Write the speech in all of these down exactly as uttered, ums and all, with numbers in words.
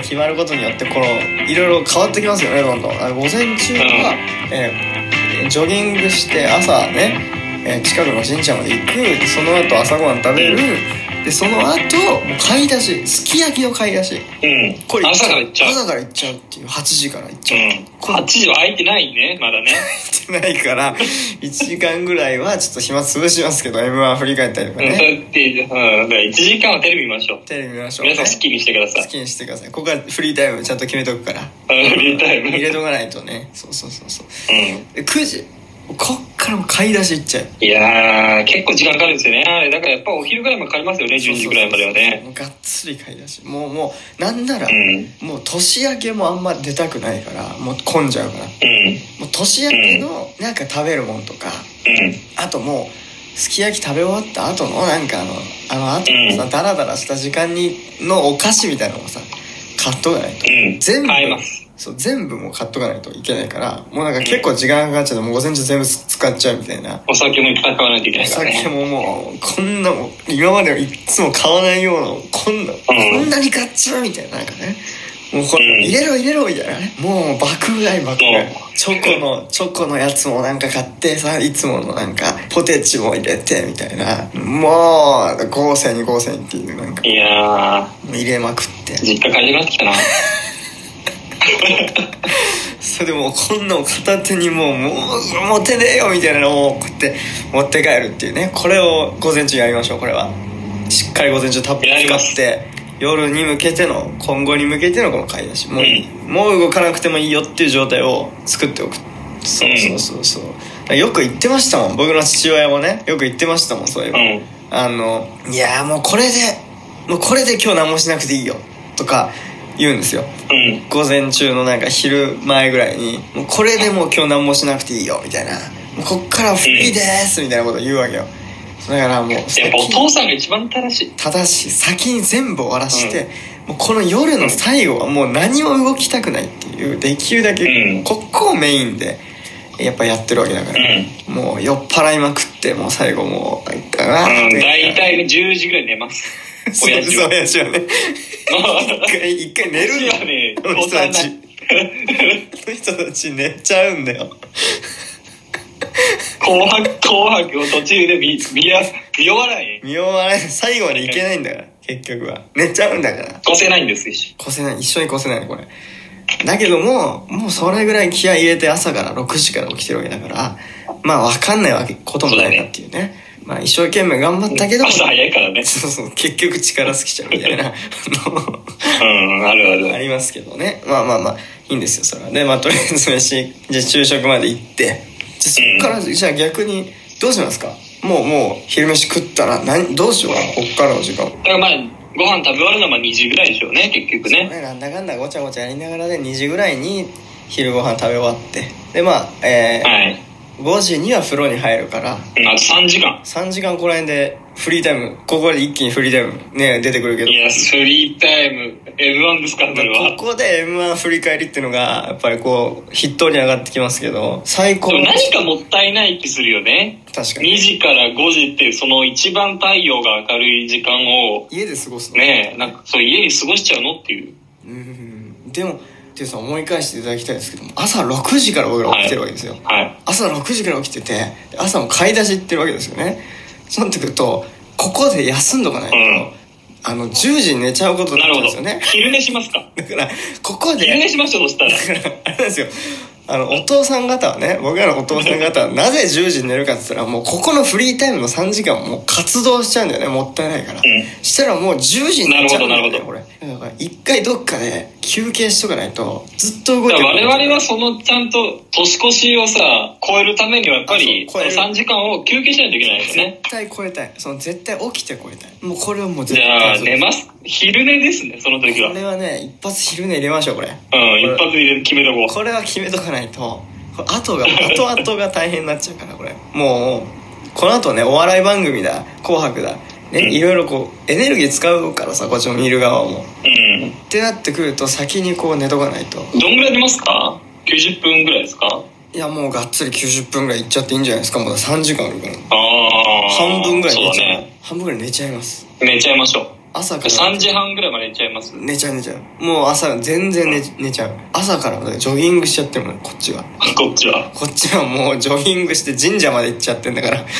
決まることによってこのいろいろ変わってきますよね。どんどんあの午前中は、うんえー、ジョギングして朝ね、えー、近くの神社まで行く。その後朝ごはん食べる、うん、でその後もう買い出し、すき焼きの買い出し、うん、これ朝から行っちゃう朝から行っちゃうっていう、はちじから行っちゃう、 うん、はちじは空いてないねまだね空いてないからいちじかんぐらいはちょっと暇つぶしますけど エムワン 振り返ったりとかね、うん、 そうって、うん、いちじかんはテレビ見ましょう。 テレビ見ましょう、ね、 皆さん好きにしてください。 好きにしてください。ここはフリータイムちゃんと決めとくから、 フリータイム入れとかないとね。そうそうそうそう、うん、くじこっからも買い出しいっちゃう。 いやー結構時間かかるんですよね。だからやっぱお昼ぐらいまでかかりますよね。じゅうじぐらいまではね。 もうがっつり買い出し、もうもうなんなら、うん、もう年明けもあんま出たくないからもう混んじゃうから、うん、もう年明けのなんか食べるもんとか、うん、あともうすき焼き食べ終わった後のなんかあのあの後のさ、うん、ダラダラした時間にのお菓子みたいなのをさ買っとかないと、うん、全部買います。そう全部もう買っとかないといけないから、もうなんか結構時間かかっちゃって、もう午前中全部使っちゃうみたいな。 お酒もいっぱい買わないといけないからね。 お酒ももうこんなも今まではいつも買わないようなこんな、うん、こんなに買っちゃうみたいな、なんかね、もうこれ、うん、入れろ入れろみたいなね、もう爆買い爆買い、チョコのチョコのやつもなんか買ってさ、いつものなんかポテチも入れてみたいな、もう豪勢に豪勢にっていう、なんかいやー入れまくって実家帰りなってきたなそれでもうこんなの片手にもうもう持てねえよみたいなのをこうやって持って帰るっていうね。これを午前中やりましょう。これはしっかり午前中たっぷり使って夜に向けての、今後に向けてのこの買い出し、もう、うん、もう動かなくてもいいよっていう状態を作っておく。そうそうそうそう、よく言ってましたもん、僕の父親もね、よく言ってましたもん、そういえば、うん、あのいやもうこれでもうこれで今日何もしなくていいよとか言うんですよ、うん、午前中のなんか昼前ぐらいに、もうこれでもう今日何もしなくていいよみたいな、もうこっからフリーですみたいなことを言うわけよ。だからもうやっぱお父さんが一番正しい正しい先に全部終わらして、うん、もうこの夜の最後はもう何も動きたくないっていう、できるだけここをメインでやっぱやってるわけだから、うん、もう酔っ払いまくって、もう最後もういかなって、 うん、大体じゅうじぐらい寝ます親父は親父はね一回一回寝るんだね、 この人たちこの人たち寝ちゃうんだよ紅白紅白を途中で見見見終わらない見終わらない、最後までいけないんだから結局は寝ちゃうんだから、 越せないんですよ、 越せない、一緒に越せないねこれ。だけどももうそれぐらい気合い入れて朝からろくじから起きてるわけだから、まあ分かんないわけこともないなっていうね、まあ一生懸命頑張ったけど朝早いからね、 そうそう、結局力尽きちゃうみたいなうんあるあるありますけどね。まあまあまあいいんですよそれはね。まあとりあえず飯じゃ昼食まで行って、じゃそっからじゃあ逆にどうしますか。もうもう昼飯食ったら何どうしようかな、こっからの時間。だからまあご飯食べ終わるのはにじぐらいでしょうね結局ね。 そうね、なんだかんだごちゃごちゃやりながらでにじぐらいに昼ご飯食べ終わって、でまあえーはいごじには風呂に入るから、 あとさんじかんさんじかんこら辺でフリータイム、ここで一気にフリータイムね出てくるけど、 いやフリータイム エムワン ですか、それはここで エムワン 振り返りっていうのがやっぱりこう筆頭に上がってきますけど、最高。 何かもったいない気するよね。 確かににじからごじってその一番太陽が明るい時間を家で過ごすのねえ、なんかそう家に過ごしちゃうのっていう。 うん、でもっていうさ思い返していただきたいですけども、朝ろくじから僕ら起きてるわけですよ、はいはい、朝ろくじから起きてて朝も買い出し行ってるわけですよね。そうなってくるとここで休んどかないと、うん、あのじゅうじに寝ちゃうことになっちゃうんですよね。 昼寝しますか。 だからここで昼寝しましょう。そしたらだからあれなんですよ、あのお父さん方はね、僕らのお父さん方はなぜじゅうじに寝るかって言ったら、もうここのフリータイムのさんじかんもう活動しちゃうんだよね、もったいないから、うん、したらもうじゅうじに寝ちゃうんだよねこれ。だから一回どっかで休憩しとかないとずっと動いてる。 我々はそのちゃんと年越しをさ超えるためにはやっぱりそのさんじかんを休憩しないといけないですね。 絶対超えたい、その絶対起きて超えたい、もうこれはもう絶対。 じゃあ寝ます。昼寝ですねその時は。 これはね一発昼寝入れましょうこれ。 うん一発入れ決めとこう。 これは決めとかないと後が後々が大変になっちゃうからこれ。もうこの後ねお笑い番組だ紅白だね、いろいろこうエネルギー使うからさこっちも見る側も、うん、ってなってくると先にこう寝とかないと。 どんぐらい寝ますか。きゅうじゅっぷんぐらいですか。 いやもうがっつりきゅうじゅっぷんぐらいいっちゃっていいんじゃないですか。まださんじかんあるから。 ああ半分ぐらい寝ちゃう、 ね、 半分ぐらい寝ちゃいます。 寝ちゃいましょう。 朝からさんじはんぐらいまで寝ちゃいます。 寝ちゃう寝ちゃう。もう朝全然 寝, 寝ちゃう。朝からジョギングしちゃってるもんこっちは。 こっちはこっちはもうジョギングして神社まで行っちゃってんだからこ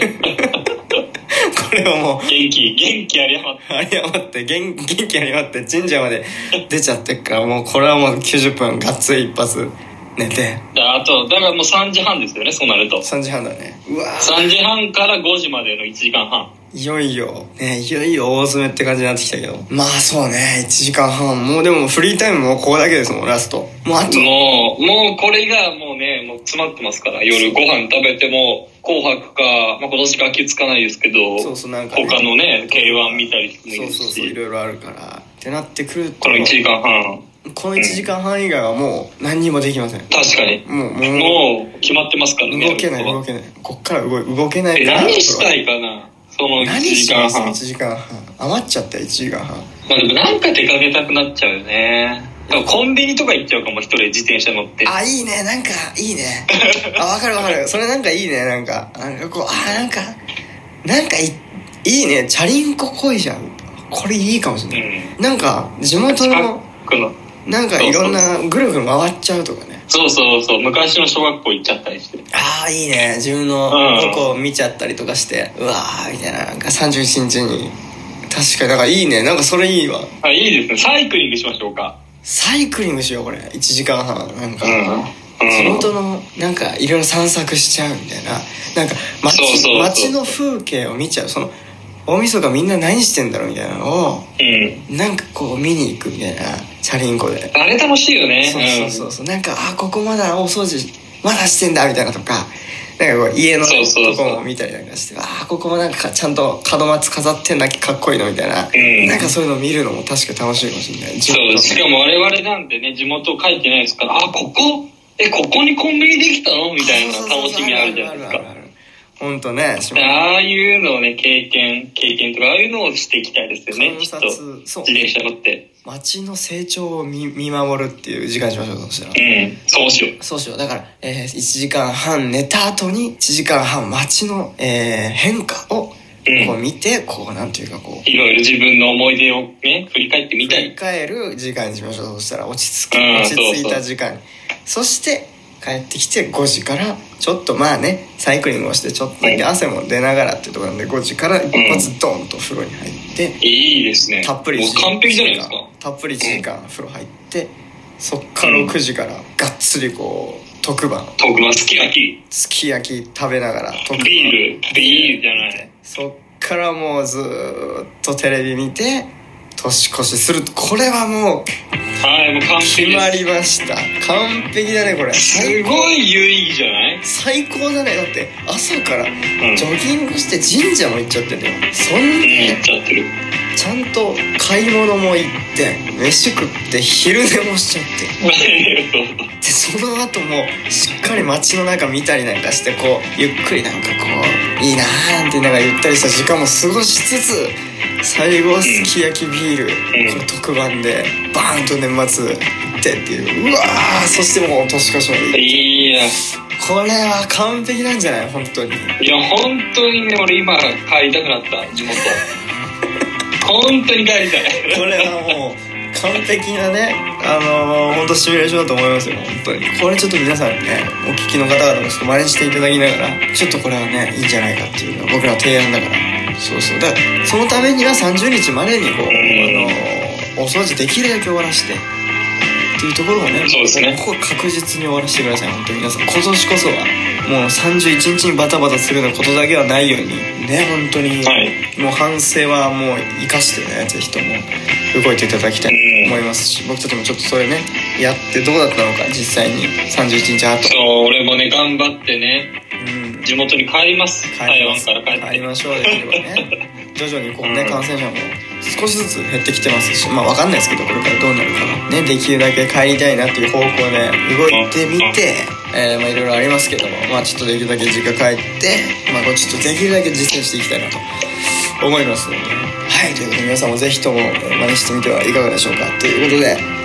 れはもう元気元気あり余ってあり余って元元気あり余って神社まで出ちゃってっからもうこれはもうきゅうじゅっぷんがっつり一発寝て。 あとだからもうさんじはんですよね、そうなると。 さんじはんだね。うわさんじはんからごじまでのいちじかんはん。 いよいよね、いよいよ大詰めって感じになってきたけど、まあそうね、いちじかんはん。もうでもフリータイムもここだけですもん、ラスト。もうあともうもうこれがもうね、もう詰まってますから。夜ご飯食べても紅白か、まあ、今年ガキつかないですけど、 そうそう、なんか、ね、 他のね ケーワン 見たりしてもいいですし、 そうそうそう、いろいろあるからってなってくると、 このいちじかんはん、 このいちじかんはん以外はもう何にもできません。 確かにもうもうもう決まってますからね。 動けない動けない、こっから動動けないえから。 何したいかな、そのいちじかんはん。 いちじかんはん余っちゃったよ、いちじかんはん。 まあでもなんか出かけたくなっちゃうよね。でもコンビニとか行っちゃうかも、一人自転車乗って。 あ、いいね、なんかいいねあ、わかるわかる、それなんかいいね、なんかなんかこう、あ、なんかなんかいいいいね、チャリンコこいじゃん、これいいかもしれない、うん、なんか地元のなんかいろんなぐるぐる回っちゃうとかね。 そうそうそう、昔の小学校行っちゃったりして、 ああいいね、自分のとこ見ちゃったりとかして、うん、うわーみたいな、なんかさんじゅういちにちに確かになんかいいね、なんかそれいいわ。 あ、いいですね、サイクリングしましょうか。 サイクリングしよう、これいちじかんはん、なんか、 うん、 地元のなんかいろいろ散策しちゃうみたいな、なんか 街, そうそうそう街の風景を見ちゃう、その大晦日みんな何してんだろうみたいなのを、うん、なんかこう見に行くみたいな、チャリンコで。 あれ楽しいよね。 そうそうそうそう、うん、なんかあ、ここまだ大掃除まだしてんだみたいなとか、なんかこう家のとこも見たりなんかして、あ、ここもなんかちゃんと門松飾ってんだけかっこいいのみたいな、うん、なんかそういうのを見るのも確か楽しいかもしれない。 そう、しかも我々なんてね、地元帰ってないですから、あ、ここえここにコンビニできたのみたいな楽しみあるじゃないですか。 本当ね、 ああいうのをね、経験経験とかああいうのをしていきたいですよね。きっと自転車乗って街の成長を 見, 見守るっていう時間にしましょう。そしたら、 うん、そうしようそうしよう。だから、えー、いちじかんはん寝た後にいちじかんはん街の、えー、変化をこう見て、うん、こうなんていうかこういろいろ自分の思い出をね振り返ってみたい、 振り返る時間にしましょう。そしたら落ち着く、落ち着いた時間に、そして帰ってきてごじからちょっとまあねサイクリングをしてちょっとだけ汗も出ながらっていうところなんで、ごじから一発ドンと風呂に入って、 うん、いいですね、 たっぷりもう完璧じゃないですか。 たっぷりいちじかん風呂入って、そっからろくじからがっつりこう特番特番すき焼きすき焼き食べながら特番ビールビールじゃない、 そっからもうずーっとテレビ見て年越しする。これはもうはい、もう完璧です。 決まりました。完璧だねこれ。 すごい有意義じゃない？ 最高だね。だって朝からジョギングして神社も行っちゃってんだよ。そんな、うん、 行っちゃってる。 ちゃんと買い物も行って飯食って昼寝もしちゃってでその後もしっかり街の中見たりなんかして、こうゆっくりなんかこういいなーってなんかゆったりした時間も過ごしつつ、最後はすき焼きビール、うん、これ特番でバーンと年末行ってっていう、うわー、そしてもう年越しまで行って、 いやこれは完璧なんじゃない本当に。 いや本当にね、俺今帰りたくなった地元本当に帰りたいこれはもう完璧なね、あのー、本当シミュレーションだと思いますよ。本当にこれちょっと皆さんね、お聞きの方々もちょっと真似していただきながら、ちょっとこれはねいいんじゃないかっていうのが僕らの提案だから。そうそう、だからそのためにはさんじゅうにちまでにこう、あのー、お掃除できるだけ終わらしてっていうところをね、 そうですね、 ここ確実に終わらせてください。本当に皆さん今年こそはもうさんじゅういちにちにバタバタするようなことだけはないようにね、本当に、はい、もう反省はもう生かしてね、ぜひとも動いていただきたいと思いますし、僕たちもちょっとそれねやってどうだったのか、実際にさんじゅういちにちあと。 そう、俺もね頑張ってね、うん、地元に帰ります。台湾から帰って帰りましょう。できればね徐々にこうね、うん、感染者も少しずつ減ってきてますし、まあ分かんないですけどこれからどうなるかはね、できるだけ帰りたいなっていう方向で動いてみて、えー、まあいろいろありますけども、まあちょっとできるだけ実家帰って、まあこうちょっとできるだけ実践していきたいなと思いますので、はい、ということで皆さんもぜひとも真似してみてはいかがでしょうかということで、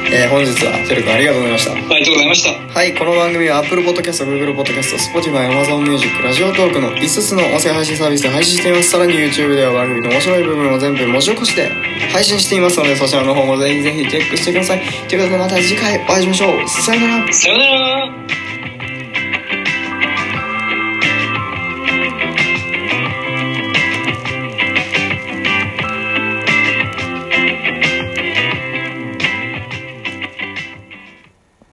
えー、本日はてるくんありがとうございました。 ありがとうございました。 はい、この番組は Apple Podcast、Google Podcast、Spotify、Amazon Music、ラジオトークのいつつの音声配信サービスで配信しています。さらに YouTube では番組の面白い部分を全部文字起こしで配信していますので、そちらの方もぜひぜひチェックしてください。ということでまた次回お会いしましょう。さよなら。 さよなら。